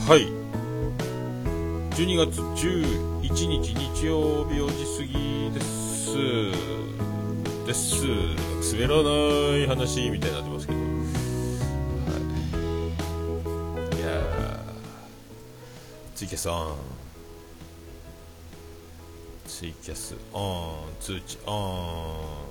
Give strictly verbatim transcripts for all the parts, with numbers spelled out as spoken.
はい、じゅうにがつじゅういちにち日曜日よじ過ぎですです滑らない話みたいになってますけど、はい、いやーツイキャスオンツイキャスオン通知オン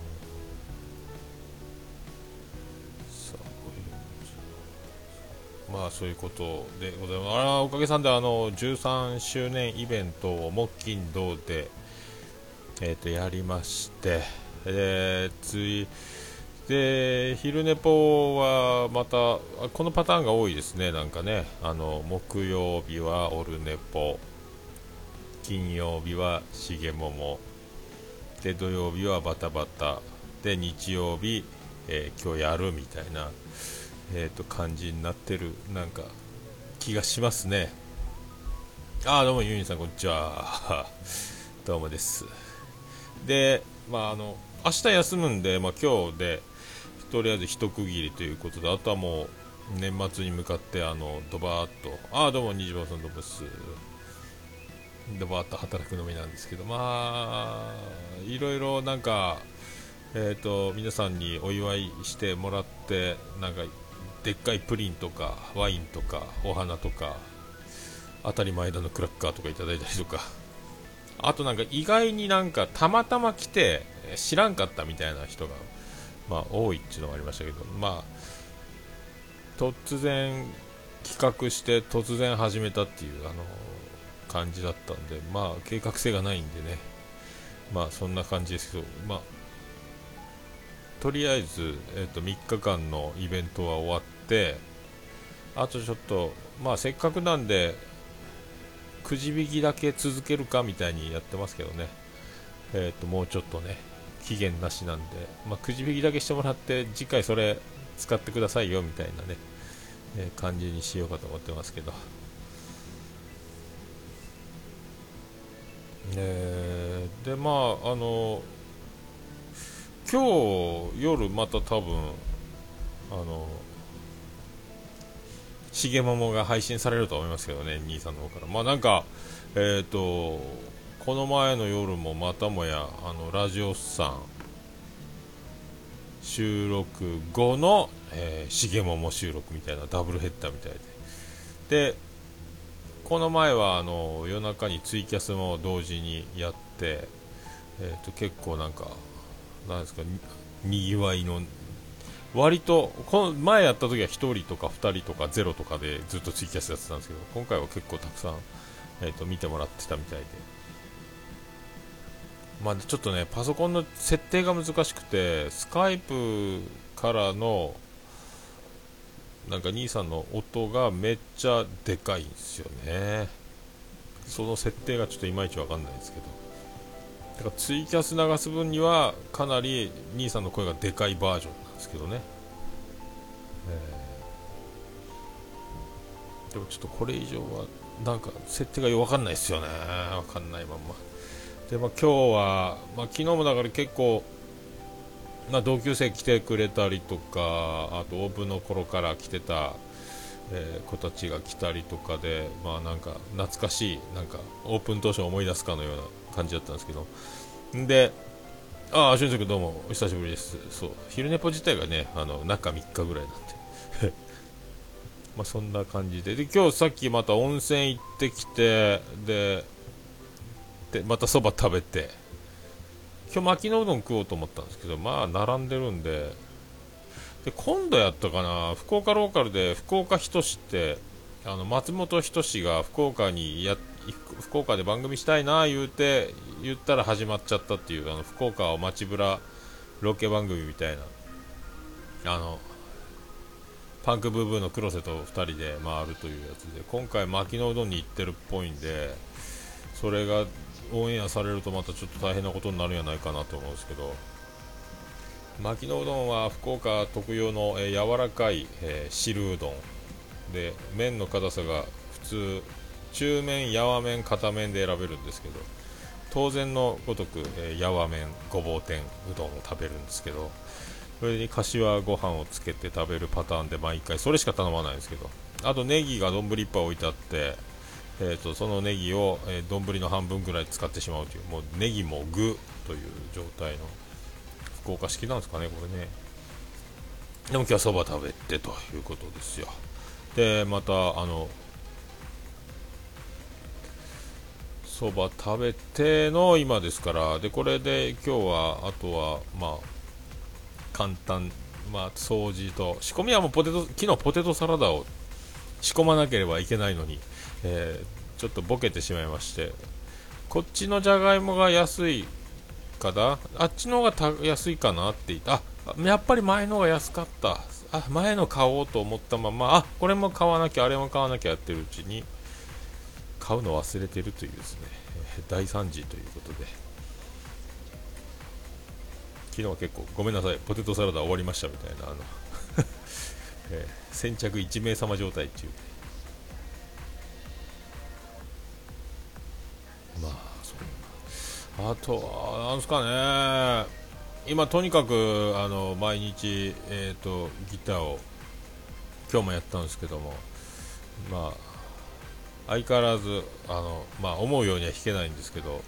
まあそういうことでございます。あおかげさんであのじゅうさんしゅうねんイベントを木金土で、えー、とやりまして、えー、ついで昼寝ぽはまたこのパターンが多いですね。なんかね、あの木曜日はオルネポ、金曜日はしげももで、土曜日はバタバタで、日曜日、えー、今日やるみたいなえーと感じになってるなんか気がしますね。ああどうもユニさんこんにちはどうもです。でまああの明日休むんで、まあ、今日でとりあえず一区切りということで、あとはもう年末に向かってあのドバーっとああどうも虹場さんどうもです。ドバーっと働くのみなんですけど、まあいろいろなんかえーと皆さんにお祝いしてもらってなんかでっかいプリンとかワインとかお花とか当たり前だのクラッカーとかいただいたりとか、あとなんか意外になんかたまたま来て知らんかったみたいな人がまあ多いっていうのがありましたけど、まあ突然企画して突然始めたっていうあの感じだったんで、まあ計画性がないんでね、まあそんな感じですけど、まあとりあえず、えーとみっかかんのイベントは終わって、あとちょっとまあせっかくなんでくじ引きだけ続けるかみたいにやってますけどね、えーともうちょっとね期限なしなんで、まあ、くじ引きだけしてもらって次回それ使ってくださいよみたいなね、えー、感じにしようかと思ってますけど、えー、でまああの今日夜また多分あのしげももが配信されると思いますけどね、兄さんの方から。まあなんかえっ、ー、とこの前の夜もまたもやあのラジオさん収録後の、えー、しげもも収録みたいなダブルヘッダーみたいで、でこの前はあの夜中にツイキャスも同時にやって、えー、と結構なんかなんですかにぎわいの割とこの前やった時はひとりとかふたりとかゼロとかでずっとツイキャスやってたんですけど、今回は結構たくさん、えー、と見てもらってたみたいで、まあ、ちょっとねパソコンの設定が難しくてスカイプからのなんか兄さんの音がめっちゃでかいんですよね。その設定がちょっといまいちわかんないですけど、だからツイキャス流す分にはかなり兄さんの声がでかいバージョンなんですけどね、えー、でもちょっとこれ以上はなんか設定が分かんないですよね。分かんないまんまで、まあ、今日は、まあ、昨日もだから結構、まあ、同級生来てくれたりとか、あとオープンの頃から来てた、えー、子たちが来たりとかで、まあなんか懐かしいなんかオープン当初を思い出すかのような感じだったんですけど、んでああ、俊介君どうもお久しぶりです。そう昼寝ぽ自体がねあの中みっかぐらいなんでまあそんな感じで、で今日さっきまた温泉行ってきて、ででまたそば食べて、今日巻きのうどん食おうと思ったんですけど、まあ並んでるんで、で今度やったかな、福岡ローカルで福岡ひとしってあの松本人志が福岡にや福岡で番組したいな言うて言ったら始まっちゃったっていう、あの福岡を街ぶらロケ番組みたいな、あのパンクブーブーの黒瀬とふたりで回るというやつで、今回牧野うどんに行ってるっぽいんで、それがオンエアされるとまたちょっと大変なことになるんじゃないかなと思うんですけど、牧野うどんは福岡特有の、えー、柔らかい、えー、汁うどんで、麺の硬さが普通中麺、やわ麺、片麺で選べるんですけど、当然のごとく、えー、やわ麺、ごぼう天うどんを食べるんですけど、それに柏ご飯をつけて食べるパターンで毎回それしか頼まないんですけど、 あとネギが丼いっぱい置いてあって、えー、とそのネギを丼、えー、の半分ぐらい使ってしまうという、もうネギも具という状態の福岡式なんですかね、これね。でも今日はそば食べてということですよ。でまたあのそば食べての今ですから、でこれで今日はあとはまあ簡単、まあ掃除と仕込みはもうポテト、昨日ポテトサラダを仕込まなければいけないのに、えー、ちょっとボケてしまいまして、こっちのじゃがいもが安いかな、あっちの方がた安いかなって言って、あ、やっぱり前の方が安かった、あ、前の買おうと思ったまま、あ、これも買わなきゃあれも買わなきゃやってるうちに買うの忘れてるというですね、えー大惨事ということで、昨日は結構ごめんなさい、ポテトサラダ終わりましたみたいな、あの、えー先着いち名様状態っていう、まあそう、あとはなんですかね、今とにかくあの毎日、えー、とギターを今日もやったんですけども、まあ相変わらずあの、まあ、思うようには弾けないんですけど、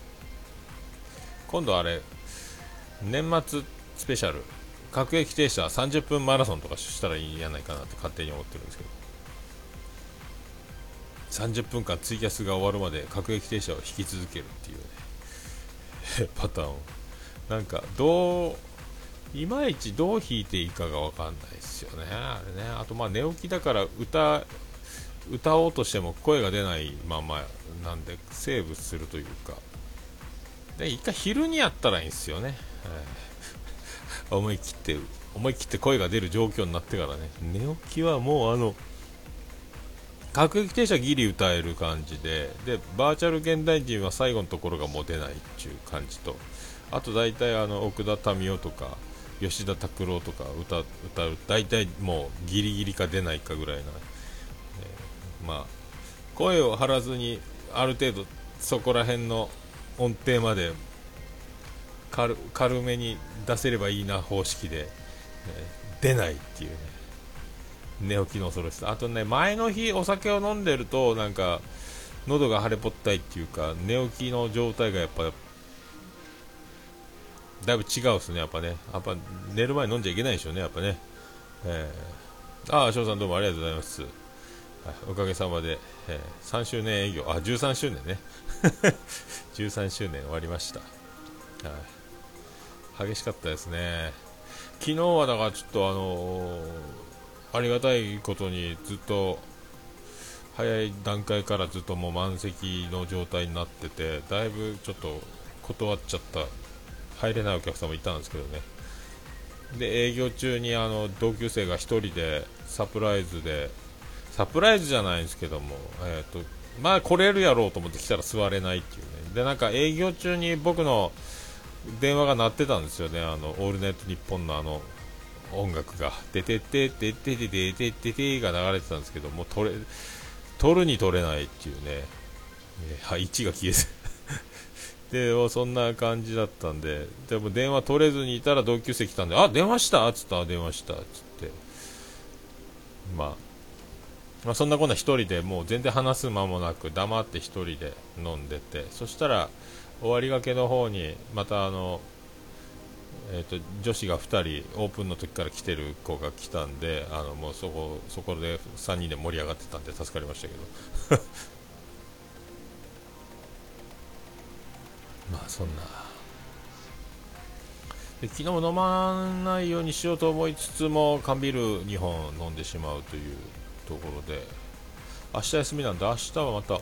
今度あれ年末スペシャル各駅停車さんじゅっぷんマラソンとかしたらいいんじゃないかなって勝手に思ってるんですけど、さんじゅっぷんかんツイキャスが終わるまで各駅停車を引き続けるっていうねパターンを、なんかどういまいちどう弾いていいかが分かんないですよね、あれね。あとまあ寝起きだから歌歌おうとしても声が出ないままなんでセーブするというか、で一回昼にやったらいいんですよね、えー、思い切って思い切って声が出る状況になってからね。寝起きはもうあの各駅停車ギリ歌える感じで、でバーチャル現代人は最後のところがもう出ないっていう感じと、あと大体あの奥田民生とか吉田拓郎とか歌歌う大体もうギリギリか出ないかぐらいな、えー、まあ声を張らずにある程度そこら辺の音程まで 軽, 軽めに出せればいいな方式で、えー、出ないっていうね、寝起きの恐ろしさ。あとね、前の日お酒を飲んでるとなんか喉が腫れぽったいっていうか、寝起きの状態がやっぱだいぶ違うですね、やっぱね。やっぱ寝る前に飲んじゃいけないでしょうね、やっぱね。えー、ああ、翔さんどうもありがとうございます。はい、おかげさまで、えー、さんしゅうねん営業、あ、じゅうさんしゅうねんね。じゅうさんしゅうねん終わりました。はい、激しかったですね。昨日はだからちょっとあのー、ありがたいことにずっと早い段階からずっともう満席の状態になってて、だいぶちょっと断っちゃった入れないお客さんもいたんですけどね。で営業中にあの同級生がひとりでサプライズでサプライズじゃないんですけども、えーとまあ来れるやろうと思って来たら座れないっていうね。でなんか営業中に僕の電話が鳴ってたんですよね、あのオールナイトニッポンのあの音楽がててててててててててが流れてたんですけども、取れ取るに取れないっていうね、えー、はい、いちが消えずでそんな感じだったんで、でも電話取れずにいたら同級生来たんで、あ、電話したっつったら電話したっつって、まあ、まあそんなこんな一人でもう全然話す間もなく黙って一人で飲んでて、そしたら終わりがけの方にまたあの、えー、と女子がふたりオープンの時から来てる子が来たんで、あのもうそこそこでさんにんで盛り上がってたんで助かりましたけどまあそんなで、昨日も飲まないようにしようと思いつつも缶ビールにほん飲んでしまうというところで、明日休みなんで明日はまた、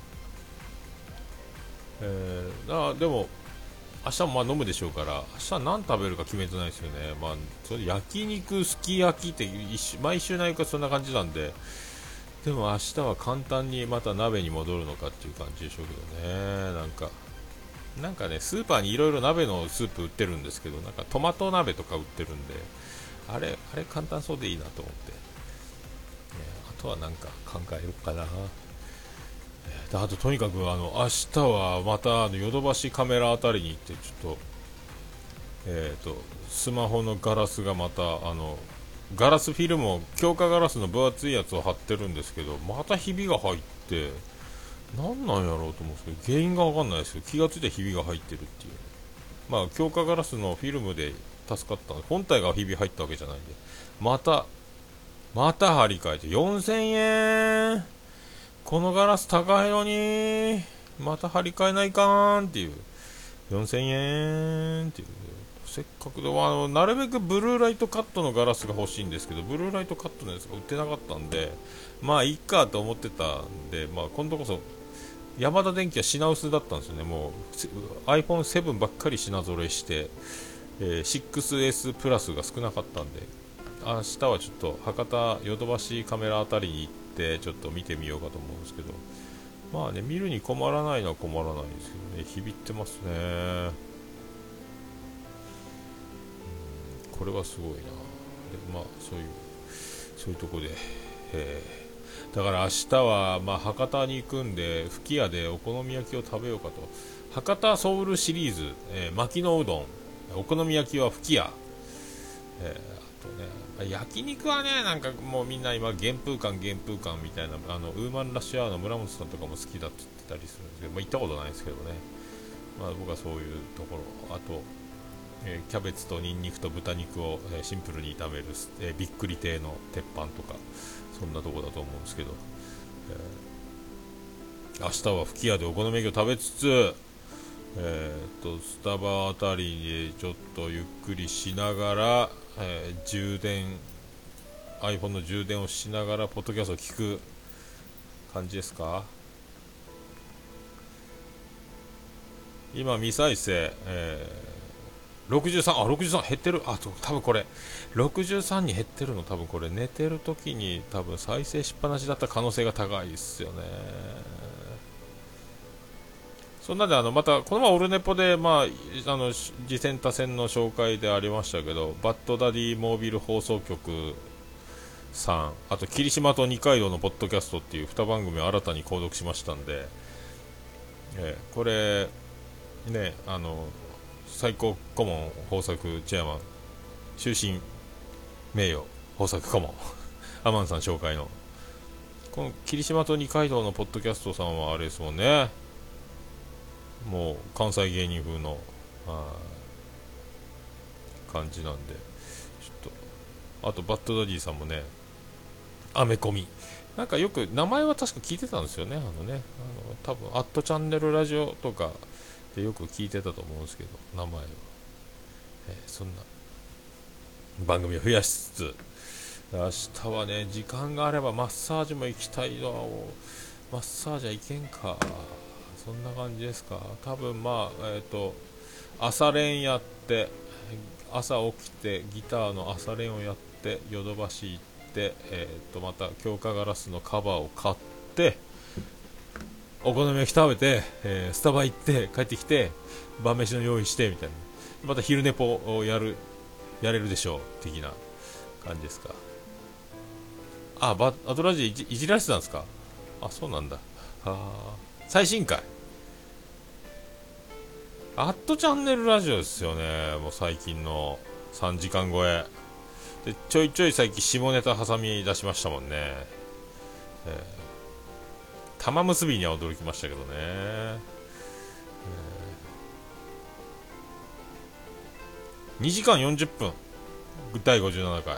えー、あでも明日もまあ飲むでしょうから、明日は何食べるか決めてないですよね。まあそれ焼肉すき焼きって一毎週ないかそんな感じなんで、でも明日は簡単にまた鍋に戻るのかっていう感じでしょうけどね。なんかなんかね、スーパーにいろいろ鍋のスープ売ってるんですけど、なんかトマト鍋とか売ってるんで、あれあれ簡単そうでいいなと思って、ね、あとはなんか考えるかな。であととにかくあの明日はまたあのヨドバシカメラあたりに行ってちょっと、えーとスマホのガラスがまたあのガラスフィルムを強化ガラスの分厚いやつを貼ってるんですけど、またひびが入ってなんなんやろうと思うんですけど、原因が分かんないですよ。気がついてひびが入ってるっていう。まあ強化ガラスのフィルムで助かったので、本体がひび入ったわけじゃないんで、またまた張り替えてよんせんえん、このガラス高いのにまた張り替えないかーんっていう、よんせんえんっていう。せっかくでもあのなるべくブルーライトカットのガラスが欲しいんですけど、ブルーライトカットのやつが売ってなかったんで、まあいいかと思ってたんで、まあ今度こそヤマダ電機は品薄だったんですよね。もう アイフォンセブン ばっかり品揃えして、えー、シックスエス プラスが少なかったんで、明日はちょっと博多ヨドバシカメラあたりに行ってちょっと見てみようかと思うんですけど、まあね、見るに困らないのは困らないんですけどね、響ってますね。これはすごいな。で、まあそういうそういうとこで、えー、だから明日はまあ博多に行くんで、吹き屋でお好み焼きを食べようかと。博多ソウルシリーズ、えー、薪のうどん、お好み焼きは吹き屋、えー、あとね、焼肉はね、なんかもうみんな今原風館原風館みたいな、あのウーマンラッシュアワーの村本さんとかも好きだって言ってたりするんですけど、まあ、行ったことないですけどね。まあ、僕はそういうところ、あと、えーキャベツとニンニクと豚肉を、えーシンプルに炒める、えーびっくり亭の鉄板とか、そんなとこだと思うんですけど、えー明日は吹き屋でお好み焼きを食べつつ、えー、とスタバあたりでちょっとゆっくりしながら、えー充電 iPhone の充電をしながらポッドキャストを聞く感じですか。今未再生、えー、ろくじゅうさん、あろくじゅうさん減ってる、あと多分これろくじゅうさんに減ってるの、多分これ寝てる時に多分再生しっぱなしだった可能性が高いですよね。そんなであのまたこの前オルネポで、まあ、あの次戦他戦の紹介でありましたけど、バッドダディモービル放送局さん、あと霧島と二階堂のポッドキャストっていうに番組を新たに購読しましたんで、えーこれね、あの最高顧問豊作チェアマン終身名誉豊作顧問アマンさん紹介のこの霧島と二階堂のポッドキャストさんはあれですもんね、もう関西芸人風の感じなんで、ちょっとあとバッドダディさんもね、アメコミなんかよく名前は確か聞いてたんですよね。あのね、あの多分アットチャンネルラジオとかでよく聞いてたと思うんですけど、名前は、えーそんな番組を増やしつつ、明日はね時間があればマッサージも行きたいの。マッサージは行けんか、そんな感じですか。多分まあえっ、ー、と朝練やって、朝起きてギターの朝練をやってヨドバシ行って、えー、とまた強化ガラスのカバーを買ってお好み焼き食べて、えースタバ行って帰ってきて晩飯の用意してみたいな、また昼寝ぽをやるやれるでしょう的な感じですか。あ、バアトラジいじいじられてたんですか。あ、そうなんだ。あ、最新回アットチャンネルラジオですよね。もう最近のさんじかん超えで、ちょいちょい最近下ネタ挟み出しましたもんね。えー、玉結びには驚きましたけどね。えー、にじかんよんじゅっぷんだいごじゅうななかい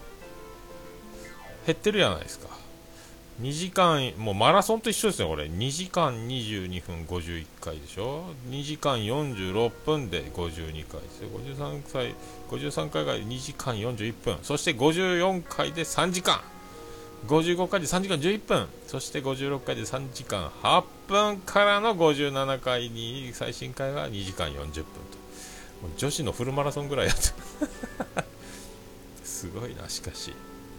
減ってるじゃないですか。にじかん、もうマラソンと一緒ですねこれ。にじかんにじゅうにふんごじゅういっかいでしょ。にじかんよんじゅうろっぷんでごじゅうにかいですよ。ごじゅうさんかいごじゅうさんかいがにじかんよんじゅういっぷん、そしてごじゅうよんかいでさんじかん、ごじゅうごかいでさんじかんじゅういっぷん、そしてごじゅうろっかいでさんじかんはっぷんからのごじゅうななかいに最新回がにじかんよんじゅっぷんと、もう女子のフルマラソンぐらいやってすごいな。しかし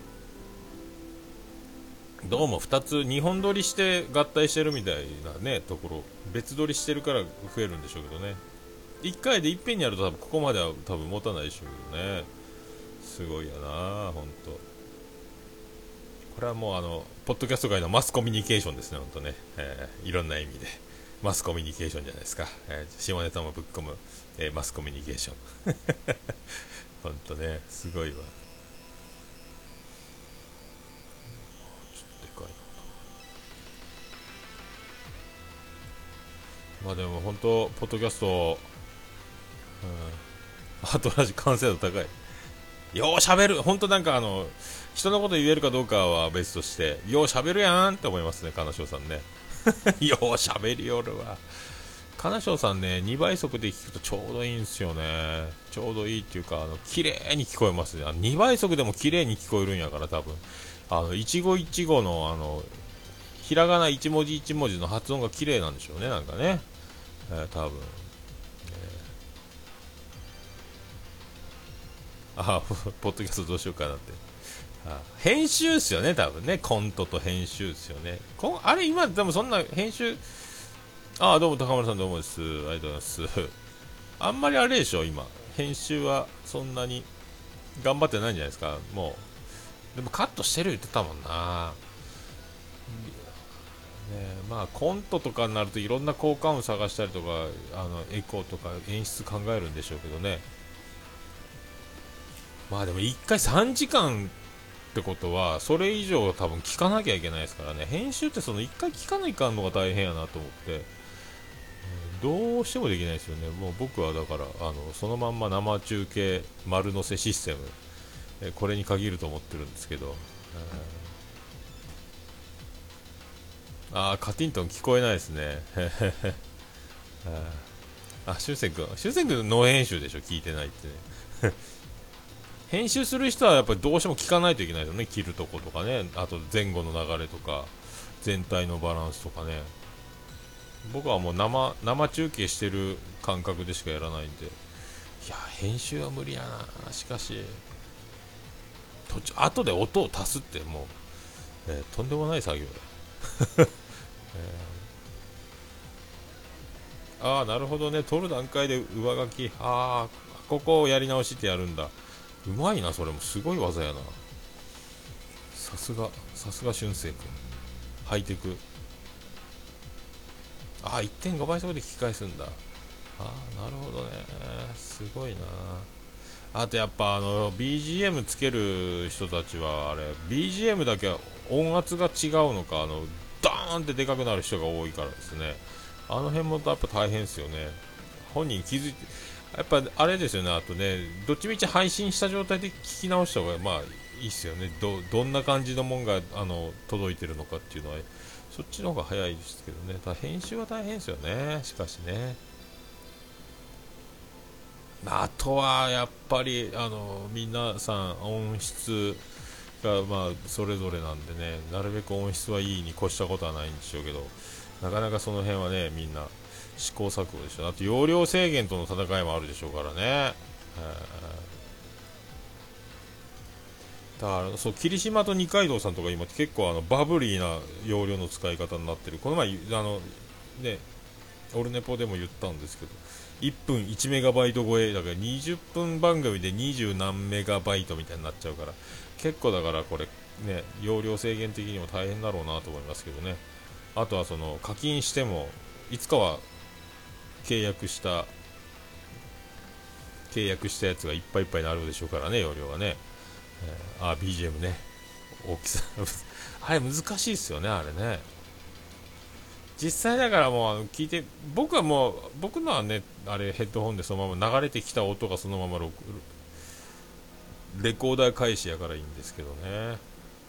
どうもふたつにほん撮りして合体してるみたいなねところ、別撮りしてるから増えるんでしょうけどね。いっかいでいっぺんにやると多分ここまでは多分持たないでしょうけどね。すごいやな本当。これはもうあのポッドキャスト界のマスコミュニケーションですね本当ね、えー、いろんな意味でマスコミュニケーションじゃないですか、えー、下ネタもぶっ込む、えー、マスコミュニケーション本当ねすごいわ。 まあでも本当ポッドキャスト、うん、アトラジ完成度高い。ようしゃべる、本当なんかあの人のこと言えるかどうかは別としてようしゃべるやんって思いますね、金賞さんね。ようしゃべりよるわ。金賞さんね、にばい速で聞くとちょうどいいんですよね。ちょうどいいっていうか、あの綺麗に聞こえますね。あのにばい速でも綺麗に聞こえるんやから、多分あの一語一語のあのひらがな一文字一文字の発音が綺麗なんでしょうね、なんかね、えー、多分、えー、あポッドキャストどうしようかなって。あ編集っすよね、多分ね、コントと編集っすよね。こんあれ今でもそんな編集、ああどうも高村さんどうもです、ありがとうございます。あんまりあれでしょ、今編集はそんなに頑張ってないんじゃないですか。もうでもカットしてる言ってたもんな。ね、まあコントとかになるといろんな効果音探したりとか、あのエコーとか演出考えるんでしょうけどね。まあでもいっかいさんじかんってことはそれ以上多分聞かなきゃいけないですからね。編集ってそのいっかい聞かないかんのが大変やなと思って、どうしてもできないですよね。もう僕はだからあのそのまんま生中継丸乗せシステム、えこれに限ると思ってるんですけど、ああカティントン聞こえないですね。あ、しゅうせい君、しゅうせい君ノー編集でしょ、聞いてないってね。編集する人はやっぱりどうしても聞かないといけないよね、切るとことかね、あと前後の流れとか、全体のバランスとかね。僕はもう生生中継してる感覚でしかやらないんで、いや、編集は無理やな、しかし、途中、後で音を足すってもう、えーとんでもない作業だ。えー、ああ、なるほどね、撮る段階で上書き、ああ、ここをやり直しってやるんだ。うまいな、それもすごい技やな。さすが、さすが俊く君。ハイテク。ああ、いってんごばい速で聞き返すんだ。ああ、なるほどね。すごいな。あとやっぱあの ビージーエム つける人たちはあれ ビージーエム だけは音圧が違うのか、あのダーンってでかくなる人が多いからですね。あの辺もやっぱ大変ですよね。本人気づいて、やっぱあれですよね。あとね、どっちみち配信した状態で聞き直した方がまあいいっすよね。どどんな感じのもんがあの届いてるのかっていうのはそっちの方が早いですけどね。ただ編集は大変ですよね、しかしね。あとはやっぱりあの皆さん音質がまあそれぞれなんでね、なるべく音質はいいに越したことはないんでしょうけど、なかなかその辺はね、みんな試行錯誤でしょ。あと容量制限との戦いもあるでしょうからね。だからそう霧島と二階堂さんとか今結構あのバブリーな容量の使い方になってる。この前あのねオルネポでも言ったんですけど、いっぷんいちメガバイト超えだからにじゅっぷん番組でにじゅう何メガバイトみたいになっちゃうから、結構だからこれね容量制限的にも大変だろうなと思いますけどね。あとはその課金してもいつかは契約した契約したやつがいっぱいいっぱいになるでしょうからね、容量がね。えー、あ ビージーエム ね、大きさあれ難しいっすよね、あれね。実際だからもうあの聞いて、僕はもう僕のはね、あれヘッドホンでそのまま流れてきた音がそのままレコーダー返しやからいいんですけどね。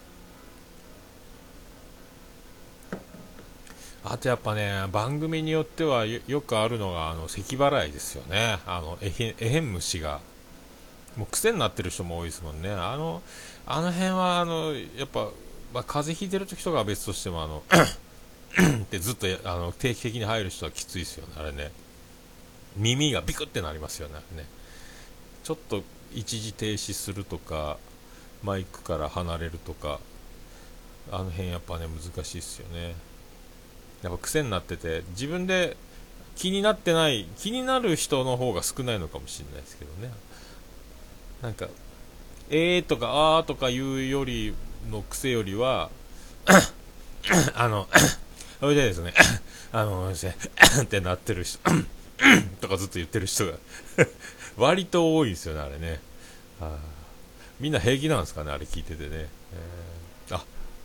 あとやっぱね、番組によっては よ, よくあるのがあの咳払いですよね。あのえへえへん虫がもう癖になってる人も多いですもんね。あのあの辺はあのやっぱ、まあ、風邪ひいてる時とかは別としてもあのってずっとあの定期的に入る人はきついですよね、あれね。耳がビクってなりますよね、あれね。ちょっと一時停止するとかマイクから離れるとか、あの辺やっぱね難しいですよね。やっぱ癖になってて自分で気になってない気になる人の方が少ないのかもしれないですけどね。なんかえーとかあーとかいうよりの癖よりはあのそれでですねあのってなってる人とかずっと言ってる人が割と多いですよね、あれね。あみんな平気なんですかね、あれ聞いててね。えー、あ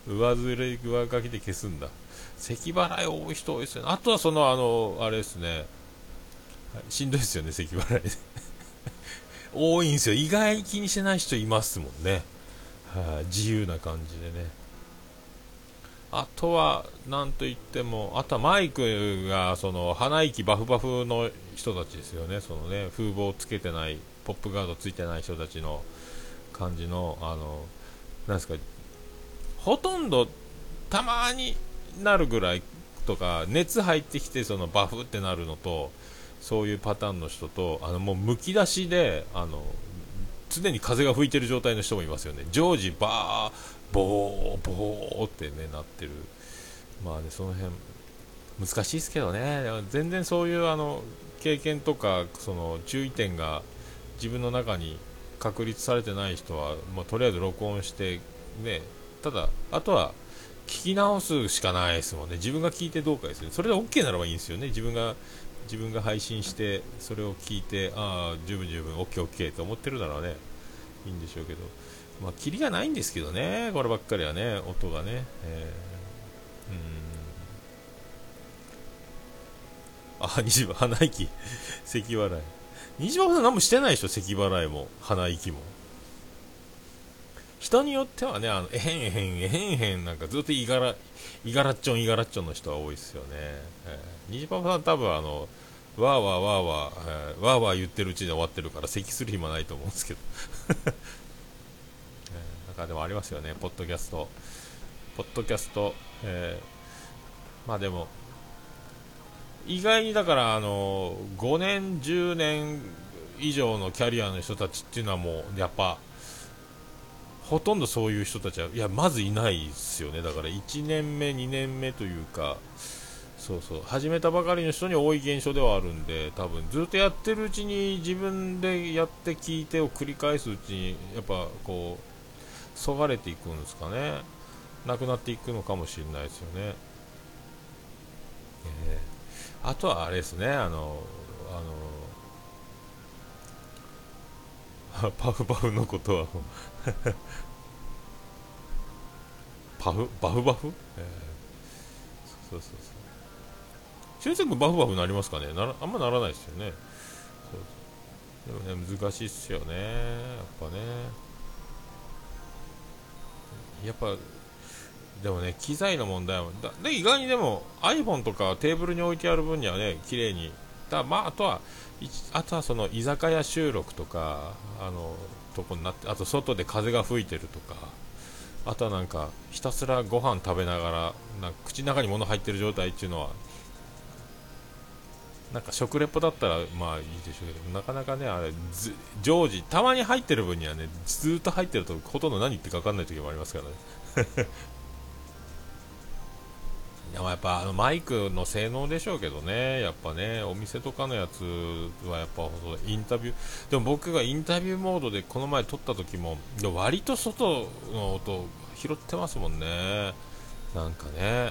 上ずれ上書きで消すんだ。咳払い多い人多いですよね。あとはそのあのあれですね、しんどいですよね咳払い多いんですよ。意外に気にしてない人いますもんね。はあ、自由な感じでね。あとはなんといっても、あとはマイクがその鼻息バフバフの人たちですよね。そのね、風防つけてない、ポップガードついてない人たちの感じの、あのなんですか、ほとんどたまになるぐらいとか、熱入ってきてそのバフってなるのと、そういうパターンの人と、あのもうむき出しで、あの常に風が吹いてる状態の人もいますよね。常時バーボーボーってねなってる。まあね、その辺難しいですけどね。全然そういうあの経験とかその注意点が自分の中に確立されてない人は、まあ、とりあえず録音してね、ただあとは聞き直すしかないですもんね。自分が聞いてどうかですね。それで OK ならばいいんですよね。自分が自分が配信してそれを聞いて、ああ十分十分 OKOK と思ってるならね、いいんでしょうけど、まあキリがないんですけどね、こればっかりはね、音がね、えー、うーん、あ、西場鼻息咳払い、西場さん何もしてないでしょ。咳払いも鼻息も。人によってはね、あのえへんえへんえへんえへんなんかずっといがらいがらっちょんいがらっちょんの人は多いですよね。えー、西場さん多分あのわーわーわーわー、えー、わーわー言ってるうちに終わってるから咳する暇ないと思うんですけどなんかでもありますよね、ポッドキャスト、ポッドキャスト、えー、まあでも、意外にだから、あのごねん、じゅうねん以上のキャリアの人たちっていうのはもう、やっぱ、ほとんどそういう人たちは、いや、まずいないですよね。だからいちねんめ、にねんめというか、そうそう、始めたばかりの人に多い現象ではあるんで、多分ずっとやってるうちに、自分でやって聞いてを繰り返すうちに、やっぱこう、そがれていくんですかね。なくなっていくのかもしれないですよね。えー、あとはあれですね、あのあのパフパフのことはもうパフバフバフ、えー、そうそうそう。修正君バフバフなりますかね。ならあんまならないですよね。そうそう、でもね、難しいっすよね、やっぱね。やっぱでもね、機材の問題はだで、意外にでも iPhone とかテーブルに置いてある分にはね、綺麗に、だ、まあ、あとは、あとはその居酒屋収録とか、あのとこになって、あと外で風が吹いてるとか、あとはなんかひたすらご飯食べながらなんか口の中に物入ってる状態っていうのは、なんか食レポだったらまあいいでしょうけど、なかなかね、あれず常時たまに入ってる分にはね、ずっと入ってるとほとんど何言ってか分かんない時もありますからね。でもやっぱあのマイクの性能でしょうけどね、やっぱね、お店とかのやつはやっぱインタビュー、でも僕がインタビューモードでこの前撮った時も、割と外の音拾ってますもんね、なんかね、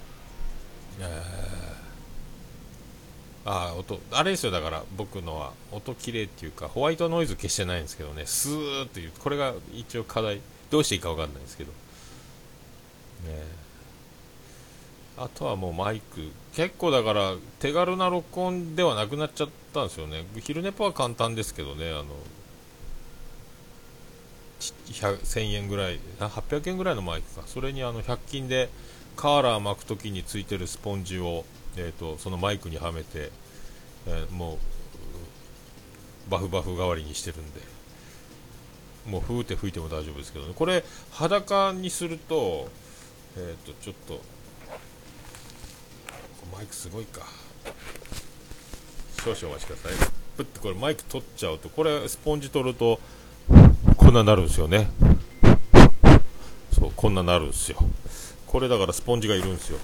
えー、あー音、あれですよ、だから僕のは音綺麗っていうか、ホワイトノイズ消してないんですけどね、スーっていう、これが一応課題、どうしていいか分かんないですけど、ね、あとはもうマイク、結構だから手軽な録音ではなくなっちゃったんですよね。昼寝ぽは簡単ですけどね、あのせんえんぐらい、はっぴゃくえんぐらいのマイクか、それにあのひゃく均でカーラー巻くときについてるスポンジを、えー、とそのマイクにはめて、えーもうバフバフ代わりにしてるんで、もうふーって吹いても大丈夫ですけどね。これ裸にすると、えー、とちょっとマイクすごいか、少々お待ちください。プッてこれマイク取っちゃうと、これスポンジ取るとこんなになるんですよね。そう、こんなになるんですよ。これだからスポンジがいるんですよ。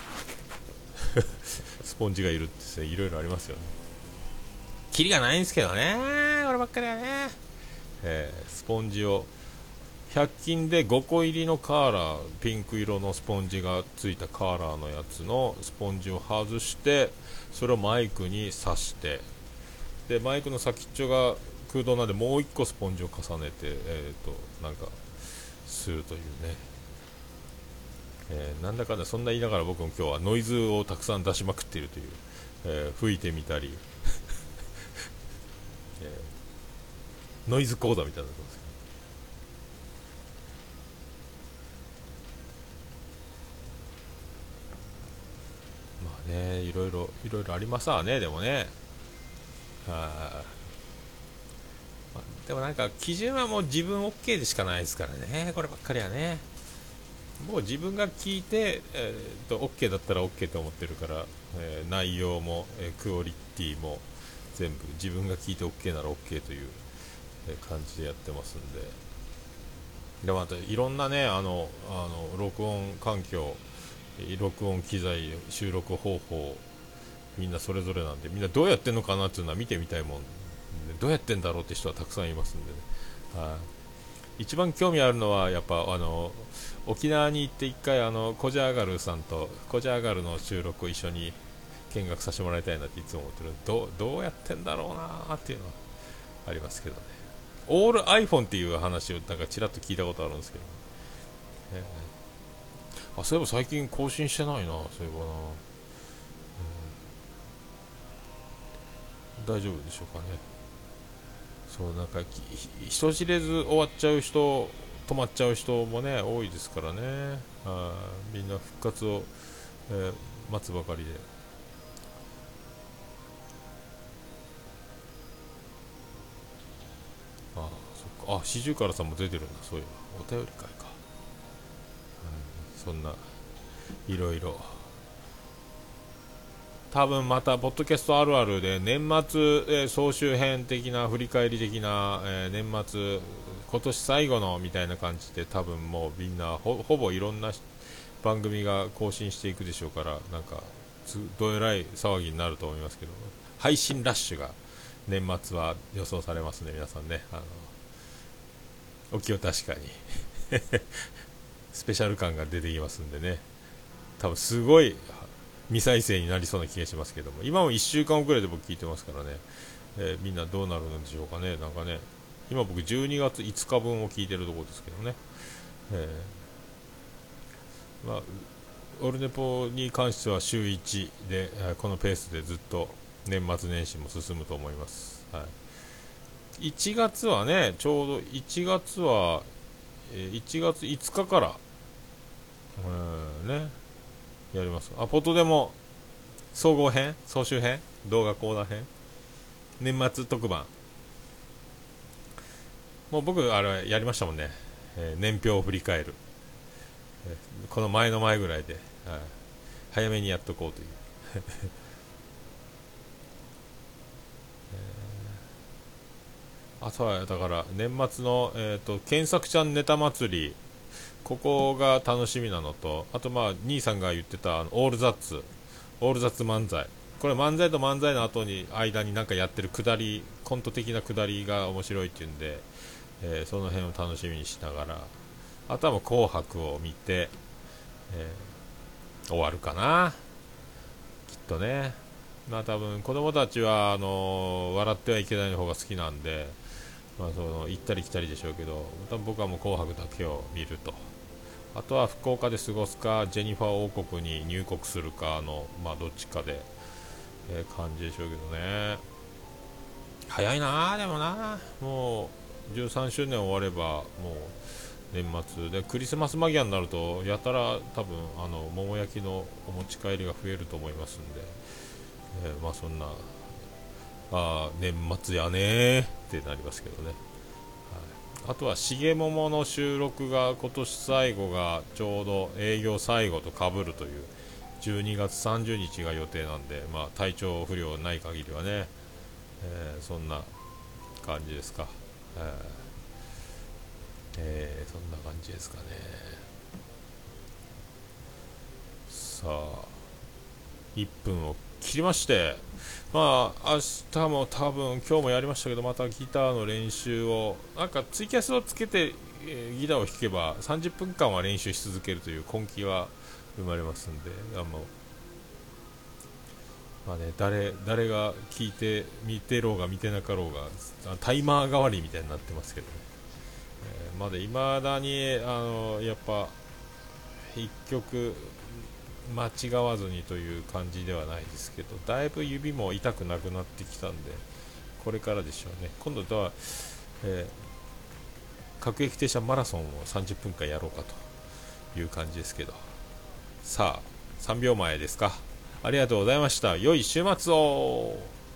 スポンジがいるっていろいろありますよね。キリがないんですけどね、こればっかりはね。えー、スポンジをひゃく均でごこ入りのカーラー、ピンク色のスポンジがついたカーラーのやつのスポンジを外して、それをマイクに挿して、でマイクの先っちょが空洞なんで、もういっこスポンジを重ねて、えーとなんかするというね。 えーなんだかんだそんな言いながら僕も今日はノイズをたくさん出しまくっているという、えー吹いてみたり、えーノイズコーダーみたいになってますけど、まあね、いろいろいろいろありますわね。でもね、はまあでもなんか基準はもう自分 OK でしかないですからね、こればっかりはね。もう自分が聞いて、えー、と OK だったら OK と思ってるから、えー内容も、えークオリティも全部自分が聞いて OK なら OK という、えー感じでやってますんで。でまたいろんなね、あのあの録音環境、録音機材、収録方法、みんなそれぞれなんで、みんなどうやってんのかなっていうのは見てみたいもんで、どうやってんだろうって人はたくさんいますんでね。はい、一番興味あるのはやっぱあの沖縄に行って一回あのコジャーガルさんとコジャーガルの収録を一緒に見学させてもらいたいなっていつも思ってる。どうどうやってんだろうなーっていうのはありますけどね。オール iPhone っていう話をなんかちらっと聞いたことあるんですけど、えーあそういえば最近更新してないな、そういえばな、大丈夫でしょうかね。そうなんか人知れず終わっちゃう人、止まっちゃう人もね多いですからね。あみんな復活を、えー待つばかりで。あそっか、あ四十からさんも出てるんだ。そういうお便り会か、うん、そんないろいろ多分またポッドキャストあるあるで年末、えー総集編的な振り返り的な、えー年末今年最後のみたいな感じで多分もうみんな ほ, ほぼいろんな番組が更新していくでしょうから、なんかどえらい騒ぎになると思いますけど、配信ラッシュが年末は予想されますね。皆さんね、あのお気を確かにスペシャル感が出てきますんでね、多分すごい未再生になりそうな気がしますけども、今もいっしゅうかん遅れで僕聞いてますからね、えーみんなどうなるんでしょうかね。なんかね、今僕じゅうにがついつかぶんを聞いてるところですけどね、えーまあ、オルネポに関しては週いちで、えーこのペースでずっと年末年始も進むと思います。はい、いちがつはね、ちょうどいちがつは、えーいちがついつかから、うんね、やります。あ、ポットでも総合編、総集編、動画コーナー編、年末特番、もう僕あれやりましたもんね、えー年表を振り返る、えーこの前の前ぐらいで、はい、早めにやっとこうというあとはだから年末の、えー、と検索ちゃんネタ祭り、ここが楽しみなのと、あとまあ兄さんが言ってたあのオールザッツオールザッツ漫才、これ漫才と漫才の後に間になんかやってるくだり、コント的なくだりが面白いっていうんで、えーその辺を楽しみにしながら、あとはもう紅白を見て、えー終わるかな、きっとね。まあ多分子供たちはあのー笑ってはいけないの方が好きなんで、まあ、その行ったり来たりでしょうけど、多分僕はもう紅白だけを見ると、あとは福岡で過ごすかジェニファー王国に入国するかの、まあ、どっちかで、えー感じでしょうけどね。早いな、でもな、もうじゅうさんしゅうねん終わればもう年末で、クリスマス間際になるとやたら多分あの桃焼きのお持ち帰りが増えると思いますんで、えーまあそんな、あ年末やねーってなりますけどね。はい、あとは重桃の収録が今年最後がちょうど営業最後とかぶるというじゅうにがつさんじゅうにちが予定なんで、まあ、体調不良ない限りはね、えーそんな感じですか、えーえーそんな感じですかね。さあいっぷんを切りまして、まあ明日も多分今日もやりましたけど、またギターの練習をなんかツイキャスをつけて、えーギターを弾けばさんじゅっぷんかんは練習し続けるという根気は生まれますんで、あのまあね、誰誰が聞いて見てろうが見てなかろうがタイマー代わりみたいになってますけどね、えーまだ未だにあのやっぱいっきょく間違わずにという感じではないですけど、だいぶ指も痛くなくなってきたんで、これからでしょうね。今度とは、えー、各駅停車マラソンをさんじゅっぷんかんやろうかという感じですけど、さあさんびょうまえですか。ありがとうございました。良い週末を。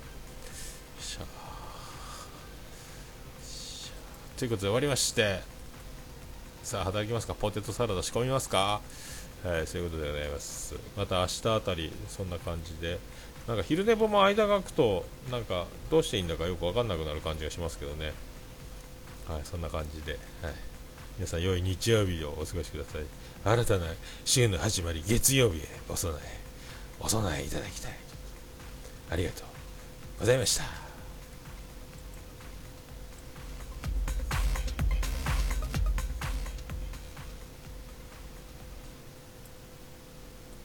ということで終わりまして、さあ働きますか。ポテトサラダ仕込みますか。はい、そういうことでございます。また明日あたりそんな感じで、なんか昼寝ぼも間が空くとなんかどうしていいんだかよく分かんなくなる感じがしますけどね。はい、そんな感じで、はい、皆さん良い日曜日をお過ごしください。新たな週の始まり、月曜日へお備えお備えいただきたい。ありがとうございました。